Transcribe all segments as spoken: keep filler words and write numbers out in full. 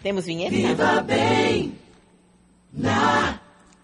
Temos vinheta? Viva bem na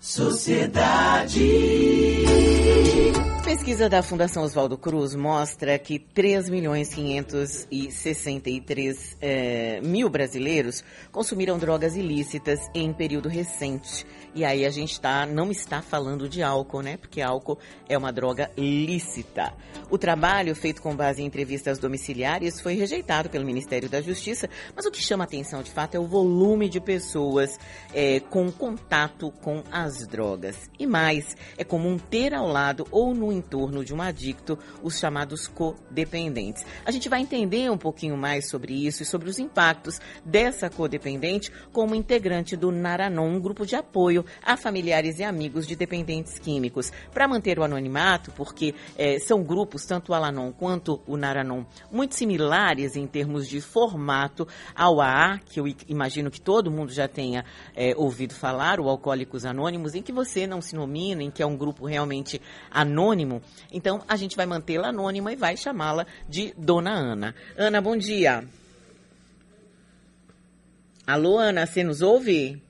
sociedade. Pesquisa da Fundação Oswaldo Cruz mostra que três milhões quinhentos e sessenta e três eh, mil brasileiros consumiram drogas ilícitas em período recente. E aí a gente tá, não está falando de álcool, né? Porque álcool é uma droga lícita. O trabalho, feito com base em entrevistas domiciliares, foi rejeitado pelo Ministério da Justiça, mas o que chama atenção, de fato, é o volume de pessoas eh, com contato com as drogas. E mais, é comum ter ao lado ou no entorno de um adicto os chamados codependentes. A gente vai entender um pouquinho mais sobre isso e sobre os impactos dessa codependente como integrante do Naranon, um grupo de apoio a familiares e amigos de dependentes químicos. Para manter o anonimato, porque eh, são grupos, tanto o Alanon quanto o Naranon, muito similares em termos de formato ao A A, que eu imagino que todo mundo já tenha eh, ouvido falar, o Alcoólicos Anônimos, em que você não se nomina, em que é um grupo realmente anônimo. Então, a gente vai mantê-la anônima e vai chamá-la de Dona Ana. Ana, bom dia. Alô, Ana, você nos ouve?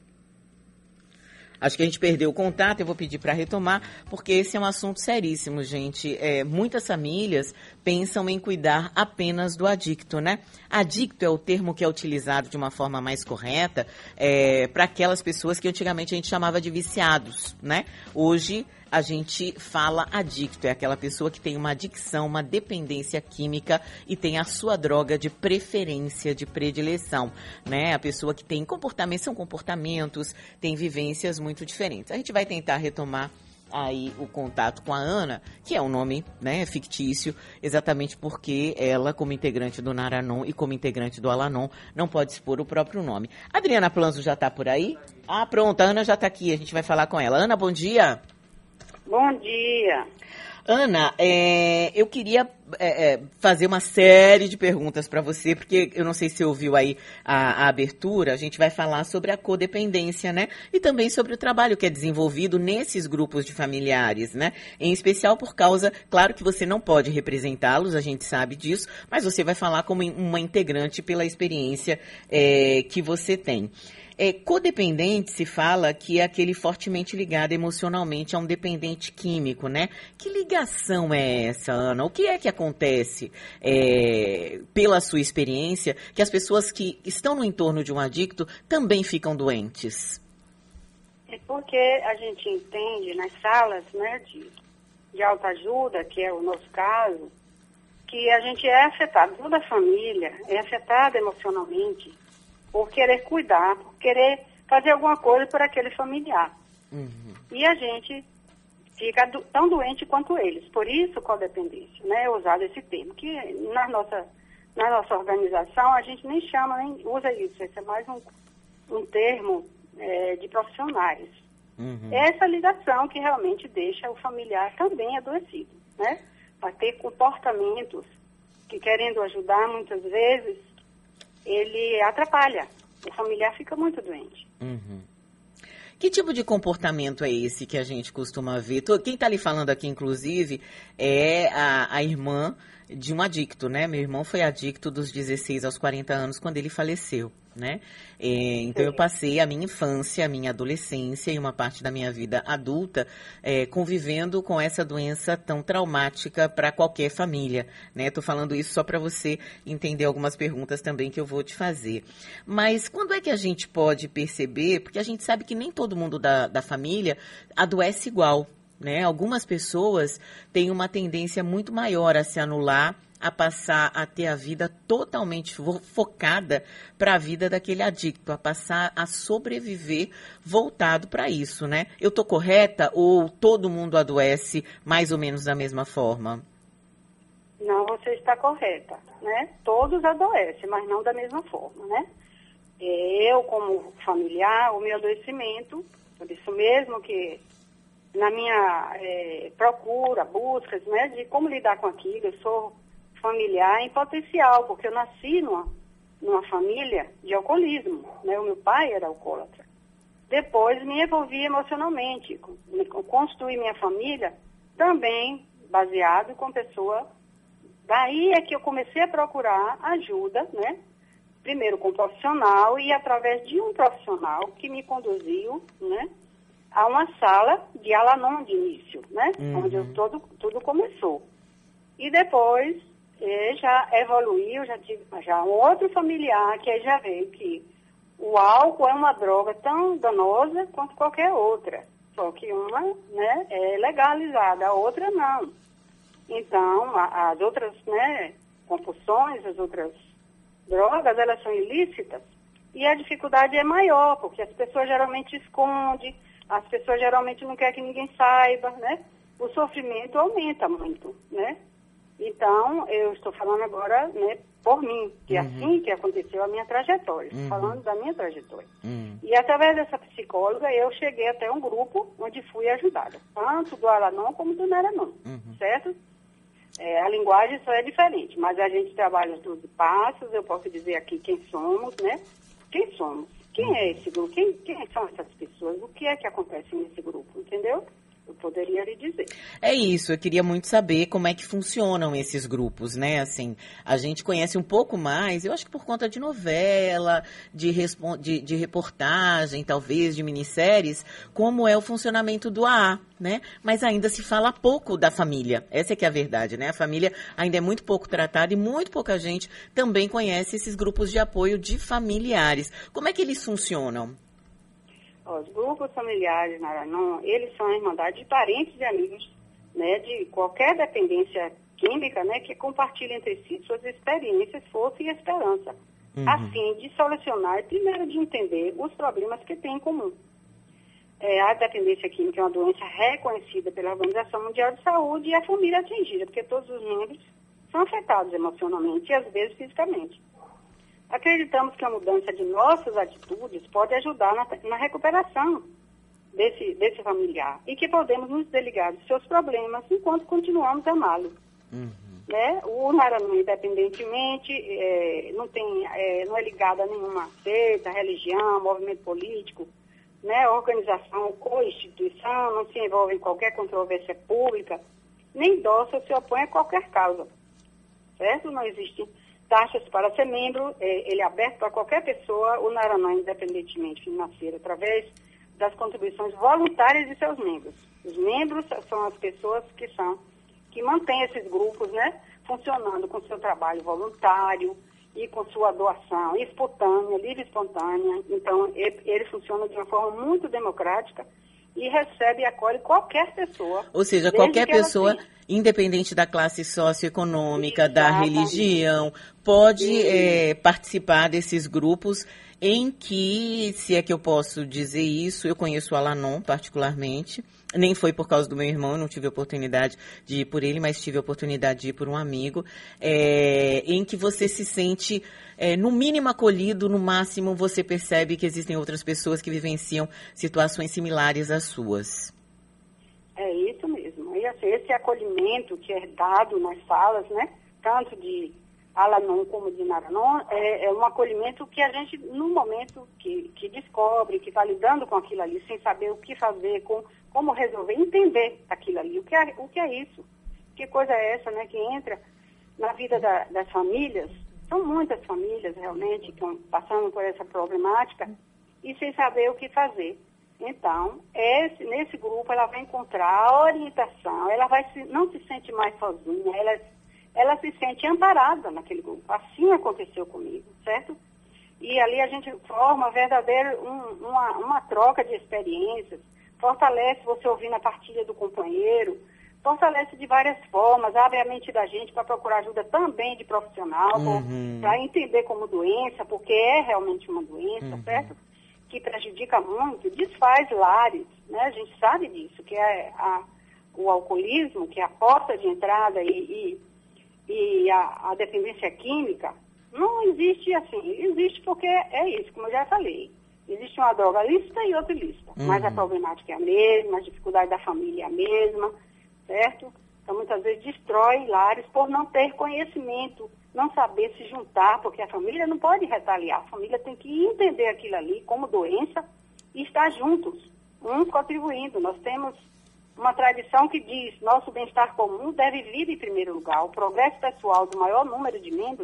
Acho que a gente perdeu o contato, eu vou pedir para retomar, porque esse é um assunto seríssimo, gente. É, muitas famílias pensam em cuidar apenas do adicto, né? Adicto é o termo que é utilizado de uma forma mais correta é, para aquelas pessoas que antigamente a gente chamava de viciados, né? Hoje a gente fala adicto, é aquela pessoa que tem uma adicção, uma dependência química e tem a sua droga de preferência, de predileção, né? A pessoa que tem comportamentos, são comportamentos, tem vivências muito diferentes. A gente vai tentar retomar aí o contato com a Ana, que é um nome, né, fictício, exatamente porque ela, como integrante do Naranon e como integrante do Alanon, não pode expor o próprio nome. A Adriana Planzo já está por aí? Ah, pronto, a Ana já está aqui, a gente vai falar com ela. Ana, bom dia. Bom dia. Ana, é, eu queria é, fazer uma série de perguntas para você, porque eu não sei se você ouviu aí a, a abertura, a gente vai falar sobre a codependência, né? E também sobre o trabalho que é desenvolvido nesses grupos de familiares, né? Em especial por causa, claro que você não pode representá-los, a gente sabe disso, mas você vai falar como uma integrante pela experiência é, que você tem. É, codependente se fala que é aquele fortemente ligado emocionalmente a um dependente químico, né? Que ligação é essa, Ana? O que é que acontece, é, pela sua experiência, que as pessoas que estão no entorno de um adicto também ficam doentes? É porque a gente entende nas salas, né, de, de autoajuda, que é o nosso caso, que a gente é afetado, toda a família é afetada emocionalmente por querer cuidar, por querer fazer alguma coisa por aquele familiar. Uhum. E a gente fica do, tão doente quanto eles. Por isso, codependência, né? É usado esse termo, que na nossa, na nossa organização a gente nem chama, nem usa isso. Esse é mais um, um termo é, de profissionais. Uhum. Essa ligação que realmente deixa o familiar também adoecido, né? Para ter comportamentos que, querendo ajudar, muitas vezes ele atrapalha. O familiar fica muito doente. Uhum. Que tipo de comportamento é esse que a gente costuma ver? Quem está lhe falando aqui, inclusive, é a, a irmã de um adicto, né? Meu irmão foi adicto dos dezesseis aos quarenta anos quando ele faleceu, né? É, então, eu passei a minha infância, a minha adolescência e uma parte da minha vida adulta é, convivendo com essa doença tão traumática para qualquer família, né? Estou falando isso só para você entender algumas perguntas também que eu vou te fazer. Mas quando é que a gente pode perceber, porque a gente sabe que nem todo mundo da, da família adoece igual, né? Algumas pessoas têm uma tendência muito maior a se anular, a passar a ter a vida totalmente fo- focada para a vida daquele adicto, a passar a sobreviver voltado para isso, né? Eu estou correta ou todo mundo adoece mais ou menos da mesma forma? Não, você está correta, né? Todos adoecem, mas não da mesma forma, né? Eu, como familiar, o meu adoecimento, por isso mesmo que na minha é, procura, buscas, né, de como lidar com aquilo, eu sou familiar em potencial, porque eu nasci numa, numa família de alcoolismo, né? O meu pai era alcoólatra. Depois me envolvi emocionalmente, construí minha família também baseado com pessoa. Daí é que eu comecei a procurar ajuda, né? primeiro com um profissional e através de um profissional que me conduziu, né, a uma sala de Al-Anon de início, né, uhum. onde eu, todo, tudo começou. E depois eh, já evoluiu, já tive já um outro familiar que aí já veio que o álcool é uma droga tão danosa quanto qualquer outra, só que uma, né, é legalizada, a outra não. Então, a, as outras, né, compulsões, as outras drogas, elas são ilícitas e a dificuldade é maior, porque as pessoas geralmente escondem, as pessoas geralmente não querem que ninguém saiba, né? O sofrimento aumenta muito, né? Então, eu estou falando agora, né, por mim, que é uhum. assim que aconteceu a minha trajetória, estou uhum. falando da minha trajetória. Uhum. E através dessa psicóloga, eu cheguei até um grupo onde fui ajudada, tanto do Al-Anon como do Naranon, uhum. certo? É, a linguagem só é diferente, mas a gente trabalha os doze passos, eu posso dizer aqui quem somos, né? Quem somos? Quem é esse grupo? Quem, quem são essas pessoas? O que é que acontece nesse grupo, entendeu? Eu poderia lhe dizer. É isso, eu queria muito saber como é que funcionam esses grupos, né? Assim, a gente conhece um pouco mais, eu acho que por conta de novela, de, de, de reportagem, talvez, de minisséries, como é o funcionamento do A A, né? Mas ainda se fala pouco da família, essa é que é a verdade, né? A família ainda é muito pouco tratada e muito pouca gente também conhece esses grupos de apoio de familiares. Como é que eles funcionam? Os grupos familiares na Al-Anon, eles são a irmandade de parentes e amigos, né, de qualquer dependência química, né, que compartilham entre si suas experiências, força e esperança, uhum. a fim de solucionar e primeiro de entender os problemas que têm em comum. É, a dependência química é uma doença reconhecida pela Organização Mundial de Saúde e a família atingida, porque todos os membros são afetados emocionalmente e às vezes fisicamente. Acreditamos que a mudança de nossas atitudes pode ajudar na, na recuperação desse, desse familiar e que podemos nos desligar dos seus problemas enquanto continuamos a amá-lo. Uhum. Né? O Naranon, independentemente, é, não, tem, é, não é ligado a nenhuma seita, religião, movimento político, né? Organização ou instituição, não se envolve em qualquer controvérsia pública, nem endossa ou se opõe a qualquer causa. Certo? Não existe taxas para ser membro, ele é aberto para qualquer pessoa, o Naranon, independentemente financeiro, através das contribuições voluntárias de seus membros. Os membros são as pessoas que são, que mantêm esses grupos, né, funcionando com seu trabalho voluntário e com sua doação espontânea, livre e espontânea. Então, ele, ele funciona de uma forma muito democrática e recebe e acolhe qualquer pessoa. Ou seja, qualquer pessoa, independente da classe socioeconômica, da religião, pode é, participar desses grupos em que, se é que eu posso dizer isso, eu conheço o Al-Anon particularmente, nem foi por causa do meu irmão, não tive a oportunidade de ir por ele, mas tive a oportunidade de ir por um amigo, é, em que você se sente, é, no mínimo acolhido, no máximo você percebe que existem outras pessoas que vivenciam situações similares às suas. É isso mesmo. E assim, esse acolhimento que é dado nas salas, né, tanto de Al-Anon como de Naranon, é, é um acolhimento que a gente, no momento que, que descobre, que está lidando com aquilo ali, sem saber o que fazer, com, como resolver, entender aquilo ali, o que é, o que é isso, que coisa é essa, né, que entra na vida da, das famílias. São muitas famílias, realmente, que estão passando por essa problemática e sem saber o que fazer. Então, esse, nesse grupo, ela vai encontrar orientação, ela vai se, não se sente mais sozinha, ela, ela se sente amparada naquele grupo. Assim aconteceu comigo, certo? E ali a gente forma verdadeira um, uma, uma troca de experiências, fortalece você ouvindo a partilha do companheiro, fortalece de várias formas, abre a mente da gente para procurar ajuda também de profissional, uhum. para entender como doença, porque é realmente uma doença, uhum. certo? Que prejudica muito, desfaz lares, né? A gente sabe disso, que é a, o alcoolismo, que é a porta de entrada e, e, e a, a dependência química, não existe assim, existe porque é isso, como eu já falei. Existe uma droga lícita e outra ilícita, uhum. mas a problemática é a mesma, a dificuldade da família é a mesma, certo? Então, muitas vezes destrói lares por não ter conhecimento, não saber se juntar, porque a família não pode retaliar. A família tem que entender aquilo ali como doença e estar juntos, uns contribuindo. Nós temos uma tradição que diz nosso bem-estar comum deve vir em primeiro lugar. O progresso pessoal do maior número de membros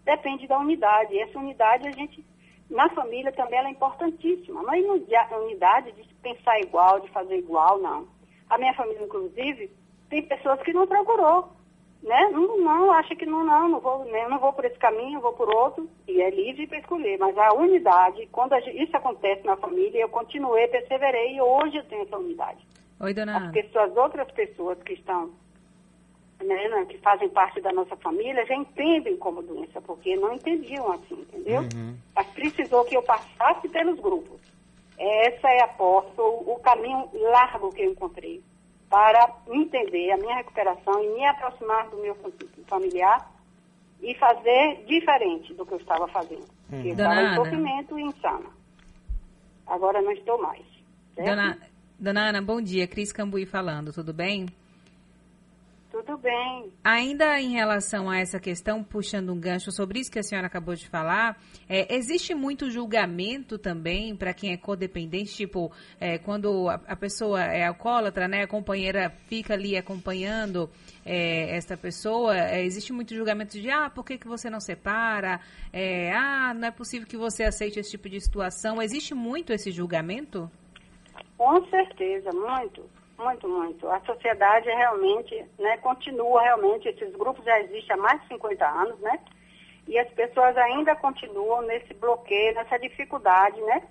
depende da unidade. E essa unidade, a gente, na família também, ela é importantíssima. Não é a unidade de pensar igual, de fazer igual, não. A minha família, inclusive, tem pessoas que não procurou, né? Não, não acha que não, não, não vou, né? não vou por esse caminho, vou por outro, e é livre para escolher. Mas a unidade, quando a gente, isso acontece na família, eu continuei, perseverei, e hoje eu tenho essa unidade. Oi, dona Ana. As pessoas, outras pessoas que estão, né, que fazem parte da nossa família, já entendem como doença, porque não entendiam assim, entendeu? Uhum. Mas precisou que eu passasse pelos grupos. Essa é a porta, o, o caminho largo que eu encontrei para entender a minha recuperação e me aproximar do meu familiar e fazer diferente do que eu estava fazendo. Uhum. Eu estava em sofrimento e insana. Agora não estou mais. Certo? Dona, Dona Ana, bom dia. Cris Cambuí falando, tudo bem? Tudo bem. Ainda em relação a essa questão, puxando um gancho sobre isso que a senhora acabou de falar, é, existe muito julgamento também para quem é codependente, tipo, é, quando a, a pessoa é alcoólatra, né, a companheira fica ali acompanhando é, essa pessoa, é, existe muito julgamento de, ah, por que, que você não separa? É, ah, não é possível que você aceite esse tipo de situação. Existe muito esse julgamento? Com certeza, muito. Muito, muito. A sociedade é realmente, né, continua realmente, esses grupos já existem há mais de cinquenta anos, né? E as pessoas ainda continuam nesse bloqueio, nessa dificuldade, né?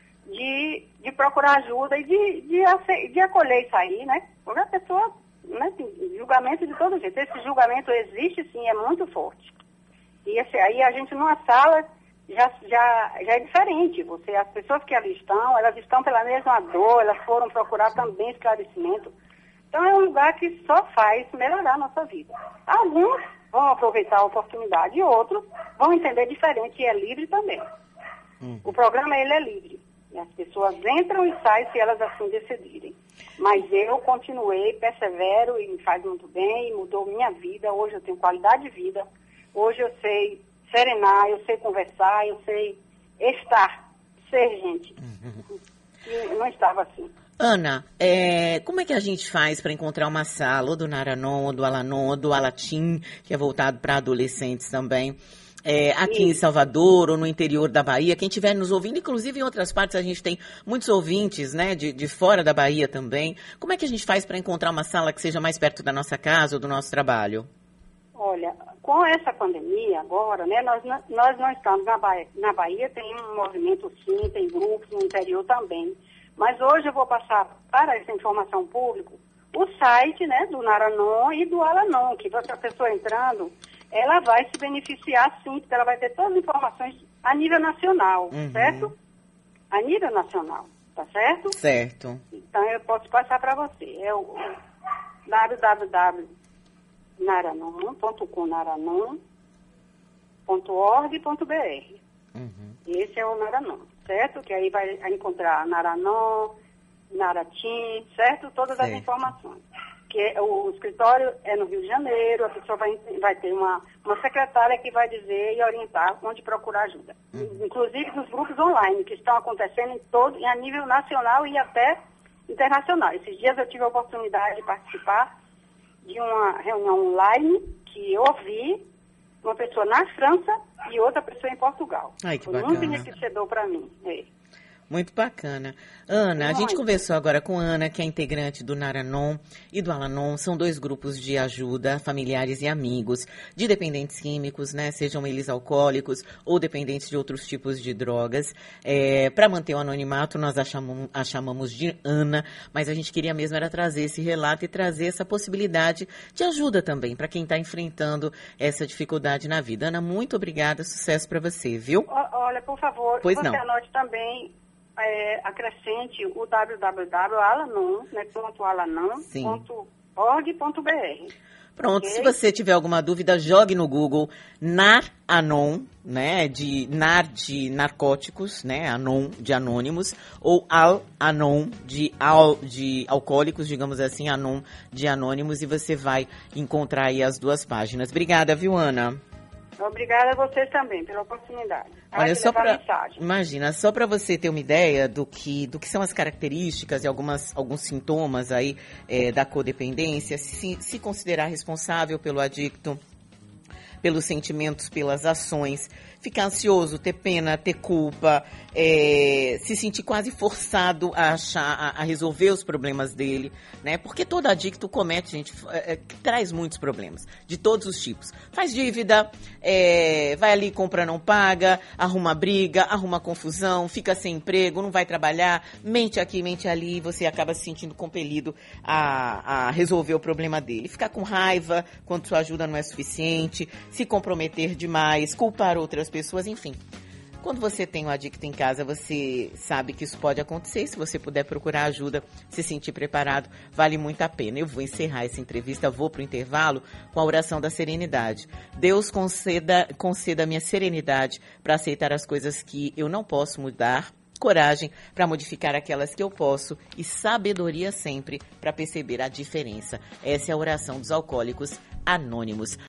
De, de procurar ajuda e de, de, de acolher isso aí, né? Porque a pessoa, né, tem julgamento de todo jeito. Esse julgamento existe sim, é muito forte. E esse, aí a gente numa sala já, já, já é diferente. Você, as pessoas que ali estão, elas estão pela mesma dor, elas foram procurar também esclarecimento. Então é um lugar que só faz melhorar a nossa vida. Alguns vão aproveitar a oportunidade e outros vão entender diferente e é livre também. Uhum. O programa, ele é livre. E as pessoas entram e saem se elas assim decidirem. Mas eu continuei, persevero e me faz muito bem e mudou minha vida. Hoje eu tenho qualidade de vida. Hoje eu sei serenar, eu sei conversar, eu sei estar, ser gente. Uhum. E não estava assim. Ana, é, como é que a gente faz para encontrar uma sala, ou do Naranon, ou do Alanon, ou do Alatim, que é voltado para adolescentes também, é, aqui Isso. em Salvador ou no interior da Bahia? Quem estiver nos ouvindo, inclusive em outras partes, a gente tem muitos ouvintes, né, de, de fora da Bahia também. Como é que a gente faz para encontrar uma sala que seja mais perto da nossa casa ou do nosso trabalho? Olha, com essa pandemia agora, né, nós, nós não estamos na Bahia, na Bahia, tem um movimento sim, tem grupos no interior também, mas hoje eu vou passar para essa informação pública o site, né, do Naranon e do Alanon, que a pessoa entrando, ela vai se beneficiar sim, porque ela vai ter todas as informações a nível nacional, uhum. certo? A nível nacional, tá certo? Certo. Então eu posso passar para você, é o w w w ponto naranon ponto com naranon ponto org ponto b r. Uhum. Esse é o Naranon, certo? Que aí vai encontrar Naranon, Naratim, certo? Todas certo. As informações. Que é, o escritório é no Rio de Janeiro, a pessoa vai, vai ter uma, uma secretária que vai dizer e orientar onde procurar ajuda. Uhum. Inclusive nos grupos online, que estão acontecendo em todo, a nível nacional e até internacional. Esses dias eu tive a oportunidade de participar de uma reunião online que eu ouvi uma pessoa na França e outra pessoa em Portugal. Ai, que Foi bacana. Muito enriquecedor para mim. É. Muito bacana. Ana, a gente conversou agora com a Ana, que é integrante do Naranon e do Alanon. São dois grupos de ajuda, familiares e amigos, de dependentes químicos, né? Sejam eles alcoólicos ou dependentes de outros tipos de drogas. É, para manter o anonimato, nós a chamamos, a chamamos de Ana, mas a gente queria mesmo era trazer esse relato e trazer essa possibilidade de ajuda também para quem está enfrentando essa dificuldade na vida. Ana, muito obrigada, sucesso para você, viu? Olha, por favor, pois você não. anote também. É, acrescente o w w w ponto alanon, né, ponto alanon ponto org ponto b r. Pronto, okay? Se você tiver alguma dúvida, jogue no Google Naranon, né, de nar de narcóticos, né, anon de anônimos, ou Al-Anon de, al, de alcoólicos, digamos assim, anon de anônimos, e você vai encontrar aí as duas páginas. Obrigada, viu, Ana? Obrigada a vocês também pela oportunidade. Olha, só para imagina, só para você ter uma ideia do que, do que são as características e algumas, alguns sintomas aí é, da codependência, se, se considerar responsável pelo adicto, pelos sentimentos, pelas ações, ficar ansioso, ter pena, ter culpa, é, se sentir quase forçado a achar, a, a resolver os problemas dele, né? Porque todo adicto comete, gente, é, é, traz muitos problemas, de todos os tipos. Faz dívida, é, vai ali, compra, não paga, arruma briga, arruma confusão, fica sem emprego, não vai trabalhar, mente aqui, mente ali, e você acaba se sentindo compelido a, a resolver o problema dele. Ficar com raiva quando sua ajuda não é suficiente, se comprometer demais, culpar outras pessoas, enfim. Quando você tem um adicto em casa, você sabe que isso pode acontecer. Se você puder procurar ajuda, se sentir preparado, vale muito a pena. Eu vou encerrar essa entrevista, vou para o intervalo com a oração da serenidade. Deus conceda, conceda a minha serenidade para aceitar as coisas que eu não posso mudar, coragem para modificar aquelas que eu posso e sabedoria sempre para perceber a diferença. Essa é a oração dos alcoólicos anônimos.